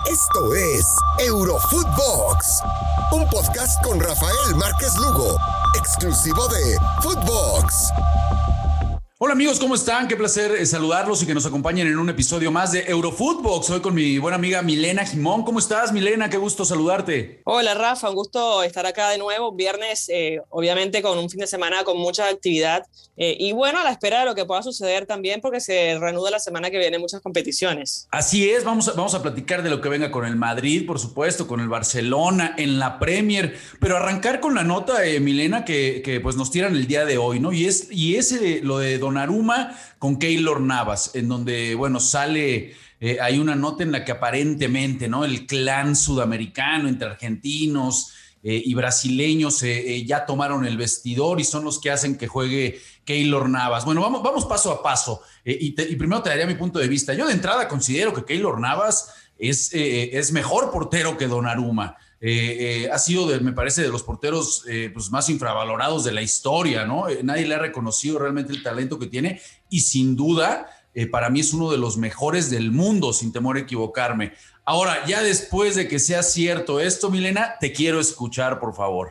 Esto es Eurofootbox, un podcast con Rafael Márquez Lugo, exclusivo de Footbox. Hola amigos, ¿cómo están? Qué placer saludarlos y que nos acompañen en un episodio más de Eurofootbox. Hoy con mi buena amiga Milena Gimón. ¿Cómo estás, Milena? Qué gusto saludarte. Hola Rafa, un gusto estar acá de nuevo. Viernes, obviamente con un fin de semana con mucha actividad y bueno, a la espera de lo que pueda suceder también porque se reanuda la semana que viene muchas competiciones. Así es, vamos a platicar de lo que venga con el Madrid, por supuesto, con el Barcelona, en la Premier, pero arrancar con la nota, Milena, que pues nos tiran el día de hoy, ¿no? Y es lo de Donnarumma con Keylor Navas, en donde, bueno, sale... hay una nota en la que aparentemente, ¿no? El clan sudamericano entre argentinos y brasileños ya tomaron el vestidor y son los que hacen que juegue Keylor Navas. Bueno, vamos paso a paso y primero te daría mi punto de vista. Yo de entrada considero que Keylor Navas es mejor portero que Donnarumma. Ha sido, me parece, de los porteros pues más infravalorados de la historia, ¿no? Nadie le ha reconocido realmente el talento que tiene y sin duda para mí es uno de los mejores del mundo, sin temor a equivocarme. Ahora, ya después de que sea cierto esto, Milena, te quiero escuchar, por favor.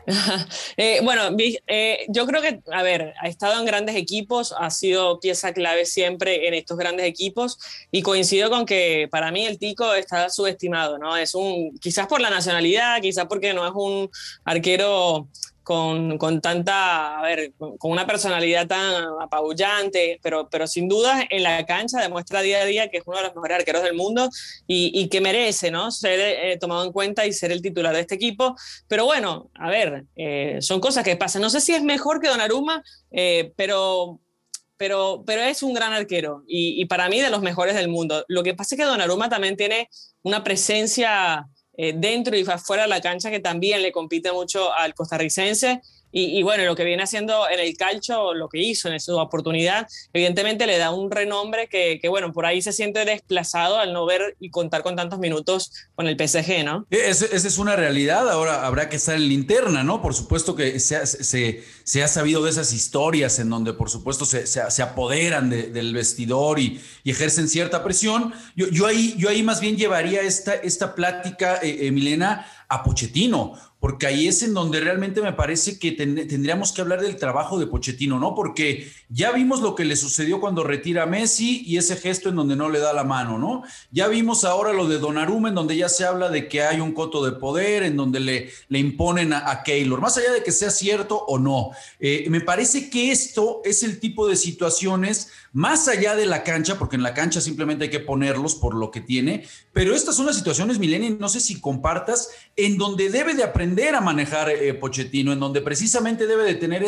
Yo creo que, a ver, ha estado en grandes equipos, ha sido pieza clave siempre en estos grandes equipos y coincido con que para mí el Tico está subestimado, ¿no? Quizás por la nacionalidad, quizás porque no es un arquero con tanta, con una personalidad tan apabullante, pero sin duda en la cancha demuestra día a día que es uno de los mejores arqueros del mundo y que merece, ¿no? Ser tomado en cuenta y ser el titular de este equipo. Pero bueno, son cosas que pasan. No sé si es mejor que Donnarumma, pero es un gran arquero y para mí de los mejores del mundo. Lo que pasa es que Donnarumma también tiene una presencia dentro y fuera de la cancha que también le compite mucho al costarricense y bueno, lo que viene haciendo en el calcio, lo que hizo en su oportunidad, evidentemente le da un renombre que bueno, por ahí se siente desplazado al no ver y contar con tantos minutos con el PSG, ¿no? Esa es una realidad, ahora habrá que estar en linterna, ¿no? Por supuesto que se ha sabido de esas historias en donde por supuesto se apoderan del vestidor y ejercen cierta presión. Yo ahí más bien llevaría esta plática, Milena, a Pochettino, porque ahí es en donde realmente me parece que tendríamos que hablar del trabajo de Pochettino, ¿no? Porque ya vimos lo que le sucedió cuando retira a Messi y ese gesto en donde no le da la mano, ¿no? Ya vimos ahora lo de Donnarumma, en donde ya se habla de que hay un coto de poder, en donde le imponen a Keylor, más allá de que sea cierto o no. Me parece que esto es el tipo de situaciones más allá de la cancha, porque en la cancha simplemente hay que ponerlos por lo que tiene, pero estas son las situaciones, Milena, no sé si compartas, en donde debe de aprender a manejar Pochettino, en donde precisamente debe de tener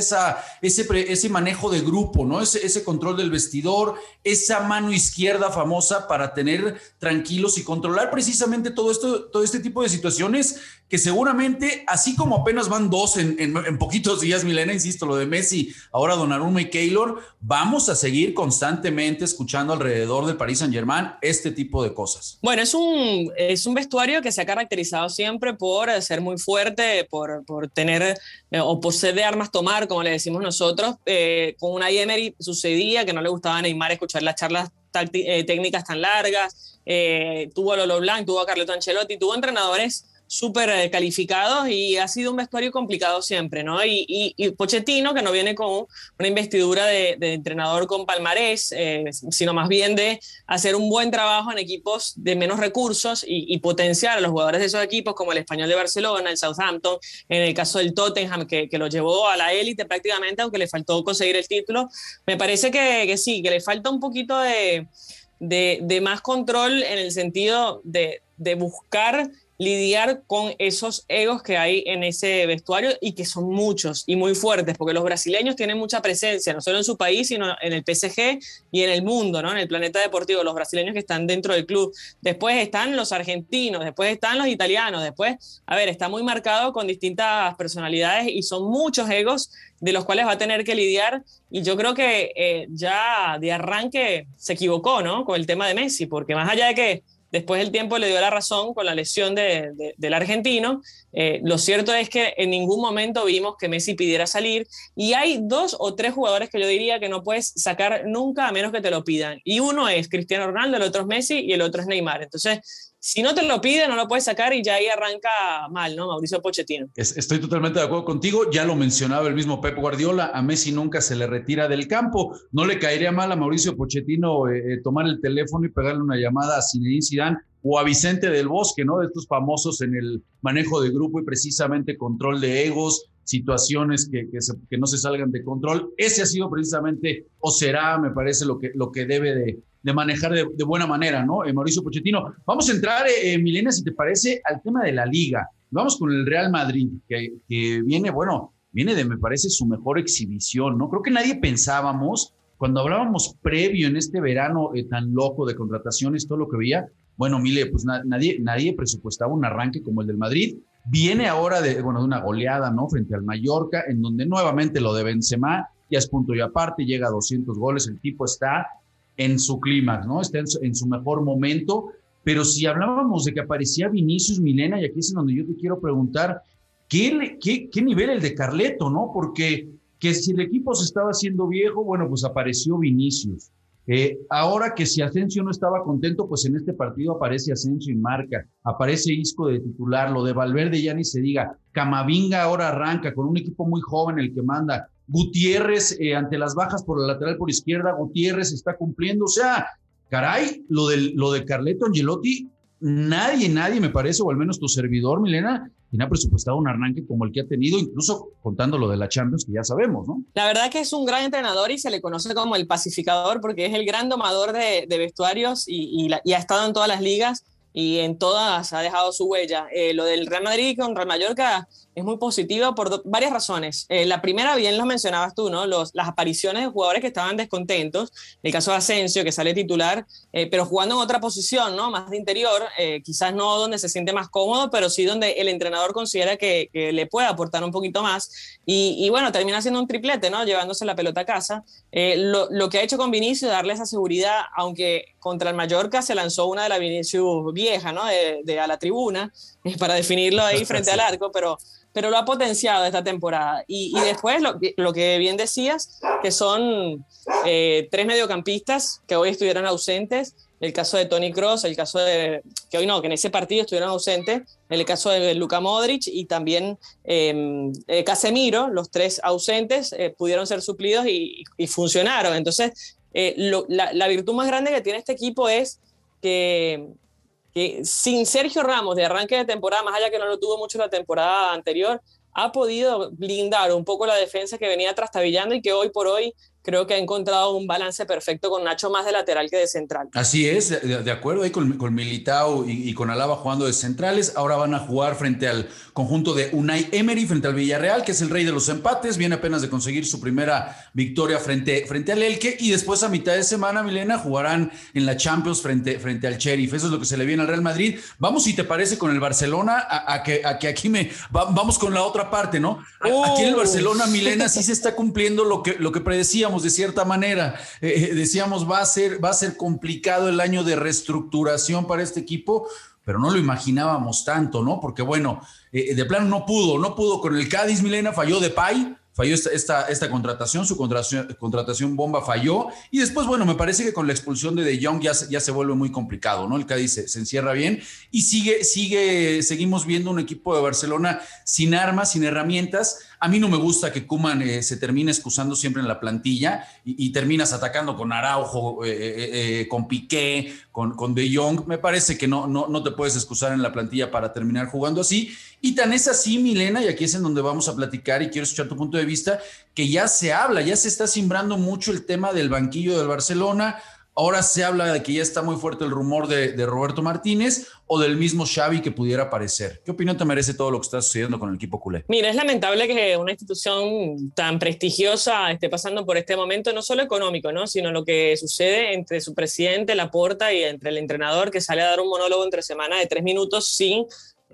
ese manejo de grupo, ¿no? Ese control del vestidor, esa mano izquierda famosa para tener tranquilos y controlar precisamente todo este tipo de situaciones que seguramente, así como apenas van dos en poquitos días, Milena, insisto, lo de Messi, ahora Donnarumma y Keylor, vamos a seguir constantemente escuchando alrededor del Paris Saint-Germain este tipo de cosas. Bueno, es un vestuario que se ha caracterizado siempre por ser muy fuerte, por tener o por ser de armas tomar, como le decimos nosotros. Con Unai Emery sucedía que no le gustaba a Neymar escuchar las charlas técnicas tan largas. Tuvo a Lolo Blanc, tuvo a Carleto Ancelotti, tuvo entrenadores súper calificados y ha sido un vestuario complicado siempre, ¿no? Y Pochettino, que no viene con una investidura de entrenador con palmarés, sino más bien de hacer un buen trabajo en equipos de menos recursos y potenciar a los jugadores de esos equipos, como el Español de Barcelona, el Southampton, en el caso del Tottenham, que lo llevó a la élite prácticamente, aunque le faltó conseguir el título. Me parece que sí, que le falta un poquito de más control en el sentido de buscar lidiar con esos egos que hay en ese vestuario y que son muchos y muy fuertes, porque los brasileños tienen mucha presencia, no solo en su país, sino en el PSG y en el mundo, ¿no? En el planeta deportivo, los brasileños que están dentro del club. Después están los argentinos, después están los italianos, después, está muy marcado con distintas personalidades y son muchos egos de los cuales va a tener que lidiar y yo creo que ya de arranque se equivocó, ¿no? Con el tema de Messi, porque más allá de que después el tiempo le dio la razón con la lesión del argentino. Lo cierto es que en ningún momento vimos que Messi pidiera salir y hay 2 o 3 jugadores que yo diría que no puedes sacar nunca a menos que te lo pidan. Y uno es Cristiano Ronaldo, el otro es Messi y el otro es Neymar. Entonces, si no te lo pide, no lo puedes sacar y ya ahí arranca mal, ¿no? Mauricio Pochettino. Estoy totalmente de acuerdo contigo, ya lo mencionaba el mismo Pep Guardiola, a Messi nunca se le retira del campo, no le caería mal a Mauricio Pochettino tomar el teléfono y pegarle una llamada a Zinedine Zidane o a Vicente del Bosque, ¿no? De estos famosos en el manejo de grupo y precisamente control de egos, situaciones que no se salgan de control. Ese ha sido precisamente, o será, me parece, lo que debe de manejar de buena manera, ¿no? Mauricio Pochettino. Vamos a entrar, Milena, si te parece, al tema de la Liga. Vamos con el Real Madrid, que viene de, me parece, su mejor exhibición, ¿no? Creo que nadie pensábamos, cuando hablábamos previo en este verano tan loco de contrataciones, todo lo que veía, bueno, Mile, pues nadie presupuestaba un arranque como el del Madrid. Viene ahora de una goleada, ¿no? Frente al Mallorca, en donde nuevamente lo de Benzema ya es punto y aparte, llega a 200 goles, el tipo está en su clímax, ¿no? Está en su mejor momento, pero si hablábamos de que aparecía Vinicius, Milena, y aquí es en donde yo te quiero preguntar, ¿qué nivel el de Carleto, ¿no? Porque que si el equipo se estaba haciendo viejo, bueno, pues apareció Vinicius. Ahora que si Asensio no estaba contento, pues en este partido aparece Asensio y marca, aparece Isco de titular, lo de Valverde ya ni se diga, Camavinga ahora arranca con un equipo muy joven el que manda, Gutiérrez ante las bajas por la lateral por izquierda, Gutiérrez está cumpliendo, o sea, caray, lo de Carleto Ancelotti, nadie me parece, o al menos tu servidor, Milena, tiene presupuestado un arranque como el que ha tenido, incluso contando lo de la Champions, que ya sabemos, ¿no? La verdad que es un gran entrenador y se le conoce como el pacificador porque es el gran domador de vestuarios y ha estado en todas las ligas y en todas ha dejado su huella. Lo del Real Madrid con Real Mallorca es muy positivo por varias razones. La primera, bien lo mencionabas tú, ¿no? Las apariciones de jugadores que estaban descontentos, el caso de Asensio, que sale titular, pero jugando en otra posición, ¿no? Más de interior, quizás no donde se siente más cómodo, pero sí donde el entrenador considera que le puede aportar un poquito más. Y bueno, termina siendo un triplete, ¿no? Llevándose la pelota a casa. Lo que ha hecho con Vinicius, darle esa seguridad, aunque contra el Mallorca se lanzó una de la Vinicius vieja, ¿no? A la tribuna, para definirlo ahí frente al arco, pero lo ha potenciado esta temporada. Y después, lo que bien decías, que son 3 mediocampistas que hoy estuvieron ausentes, el caso de Toni Kroos, el caso de, que hoy no, que en ese partido estuvieron ausentes, el caso de Luka Modric y también Casemiro, los 3 ausentes, pudieron ser suplidos y funcionaron. Entonces, la virtud más grande que tiene este equipo es que sin Sergio Ramos de arranque de temporada, más allá que no lo tuvo mucho la temporada anterior, ha podido blindar un poco la defensa que venía trastabillando y que hoy por hoy creo que ha encontrado un balance perfecto con Nacho más de lateral que de central. Así es, de acuerdo ahí con Militao y con Alaba jugando de centrales. Ahora van a jugar frente al conjunto de Unai Emery, frente al Villarreal, que es el rey de los empates. Viene apenas de conseguir su primera victoria frente al Elche. Y después a mitad de semana, Milena, jugarán en la Champions frente al Sheriff. Eso es lo que se le viene al Real Madrid. Vamos, si te parece, con el Barcelona, a que aquí vamos con la otra parte, ¿no? Aquí en el Barcelona, Milena, sí se está cumpliendo lo que predecíamos de cierta manera. Decíamos, va a ser complicado el año de reestructuración para este equipo, pero no lo imaginábamos tanto, ¿no? Porque bueno, de plano no pudo con el Cádiz, Milena, falló Depay, falló esta contratación, su contratación bomba falló, y después, bueno, me parece que con la expulsión de De Jong ya se vuelve muy complicado, ¿no? El Cádiz se encierra bien y seguimos viendo un equipo de Barcelona sin armas, sin herramientas. A mí no me gusta que Koeman se termine excusando siempre en la plantilla y terminas atacando con Araujo, con Piqué, con De Jong. Me parece que no te puedes excusar en la plantilla para terminar jugando así. Y tan es así, Milena, y aquí es en donde vamos a platicar y quiero escuchar tu punto de vista, que ya se está simbrando mucho el tema del banquillo del Barcelona. Ahora se habla de que ya está muy fuerte el rumor de Roberto Martínez o del mismo Xavi que pudiera aparecer. ¿Qué opinión te merece todo lo que está sucediendo con el equipo culé? Mira, es lamentable que una institución tan prestigiosa esté pasando por este momento, no solo económico, ¿no? Sino lo que sucede entre su presidente, Laporta, y entre el entrenador que sale a dar un monólogo entre semana de 3 minutos sin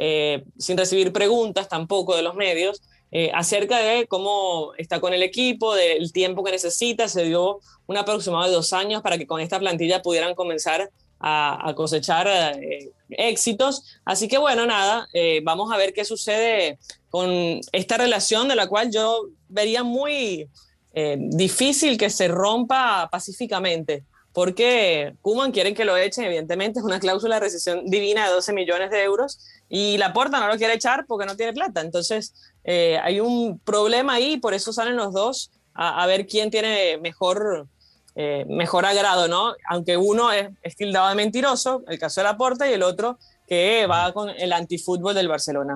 recibir preguntas tampoco de los medios. Acerca de cómo está con el equipo, del tiempo que necesita. Se dio un aproximado de 2 años para que con esta plantilla pudieran comenzar a cosechar éxitos. Así que bueno, nada, vamos a ver qué sucede con esta relación, de la cual yo vería muy difícil que se rompa pacíficamente. porque Koeman quieren que lo echen, evidentemente es una cláusula de rescisión divina de 12 millones de euros, y Laporta no lo quiere echar porque no tiene plata. Entonces hay un problema ahí, por eso salen los dos a ver quién tiene mejor agrado, ¿no? Aunque uno es tildado de mentiroso, el caso de Laporta, y el otro que va con el antifútbol del Barcelona.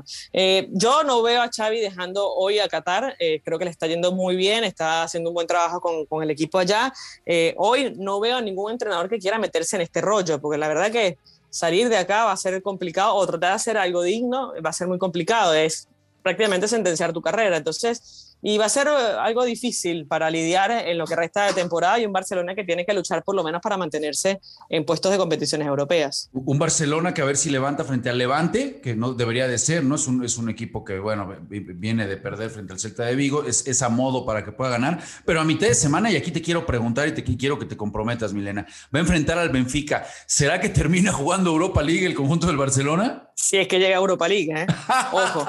Yo no veo a Xavi dejando hoy a Qatar, creo que le está yendo muy bien, está haciendo un buen trabajo con el equipo allá. Hoy no veo a ningún entrenador que quiera meterse en este rollo, porque la verdad que salir de acá va a ser complicado, o tratar de hacer algo digno va a ser muy complicado, es prácticamente sentenciar tu carrera. Entonces, y va a ser algo difícil para lidiar en lo que resta de temporada, y un Barcelona que tiene que luchar por lo menos para mantenerse en puestos de competiciones europeas. Un Barcelona que a ver si levanta frente al Levante, que no debería de ser, ¿no? Es un equipo que, bueno, viene de perder frente al Celta de Vigo, es a modo para que pueda ganar, pero a mitad de semana, y aquí te quiero preguntar y quiero que te comprometas, Milena, va a enfrentar al Benfica. ¿Será que termina jugando Europa League el conjunto del Barcelona? Si es que llega a Europa League, ¿eh? Ojo,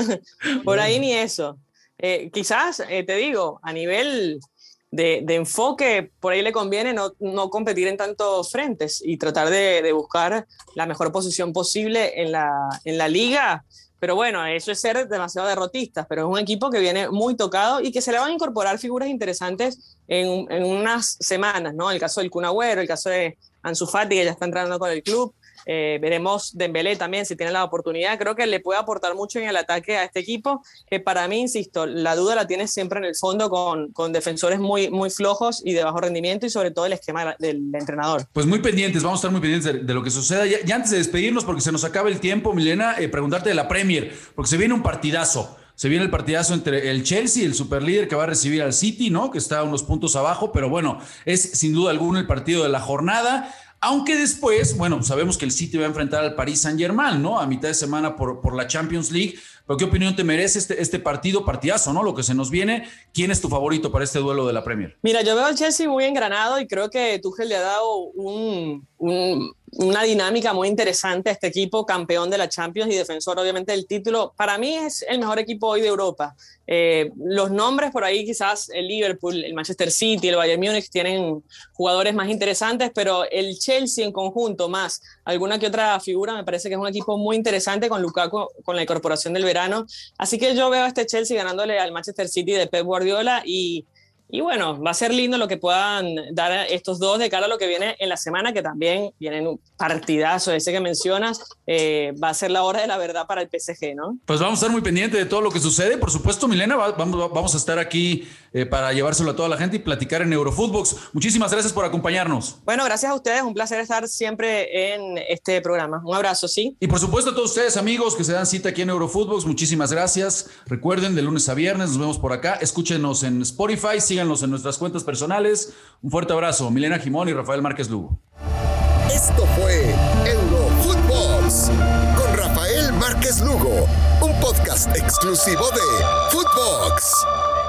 por ahí ni eso. Quizás, te digo, a nivel de enfoque, por ahí le conviene no competir en tantos frentes y tratar de buscar la mejor posición posible en la liga. Pero bueno, eso es ser demasiado derrotistas, pero es un equipo que viene muy tocado y que se le van a incorporar figuras interesantes en unas semanas, ¿no? El caso del Kun Agüero, el caso de Ansu Fati, que ya está entrando con el club. Veremos Dembélé también, si tiene la oportunidad. Creo que le puede aportar mucho en el ataque a este equipo, que para mí, insisto, la duda la tiene siempre en el fondo con defensores muy, muy flojos y de bajo rendimiento, y sobre todo el esquema del entrenador. Pues muy pendientes, vamos a estar muy pendientes de lo que suceda. Ya antes de despedirnos, porque se nos acaba el tiempo, Milena, preguntarte de la Premier, porque se viene un partidazo. Se viene el partidazo entre el Chelsea, el superlíder, que va a recibir al City, ¿no? Que está a unos puntos abajo, pero bueno, es sin duda alguna el partido de la jornada. Aunque después, bueno, sabemos que el City va a enfrentar al Paris Saint-Germain, ¿no? A mitad de semana por la Champions League. ¿Pero qué opinión te merece este partidazo, ¿no? Lo que se nos viene. ¿Quién es tu favorito para este duelo de la Premier? Mira, yo veo al Chelsea muy engranado y creo que Tuchel le ha dado una dinámica muy interesante a este equipo, campeón de la Champions y defensor obviamente del título. Para mí es el mejor equipo hoy de Europa. Los nombres por ahí, quizás el Liverpool, el Manchester City, el Bayern Múnich tienen jugadores más interesantes, pero el Chelsea en conjunto, más alguna que otra figura, me parece que es un equipo muy interesante, con Lukaku, con la incorporación del verano. Así que yo veo a este Chelsea ganándole al Manchester City de Pep Guardiola, y bueno, va a ser lindo lo que puedan dar estos dos de cara a lo que viene en la semana, que también viene un partidazo ese que mencionas. Va a ser la hora de la verdad para el PSG, ¿no? Pues vamos a estar muy pendientes de todo lo que sucede. Por supuesto, Milena, vamos a estar aquí para llevárselo a toda la gente y platicar en Eurofootbox. Muchísimas gracias por acompañarnos. Bueno, gracias a ustedes. Un placer estar siempre en este programa. Un abrazo, ¿sí? Y por supuesto a todos ustedes, amigos, que se dan cita aquí en Eurofootbox, muchísimas gracias. Recuerden, de lunes a viernes nos vemos por acá. Escúchenos en Spotify, síganos en nuestras cuentas personales. Un fuerte abrazo. Milena Gimón y Rafael Márquez Lugo. Esto fue Eurofootbox con Rafael Márquez Lugo, un podcast exclusivo de Footbox.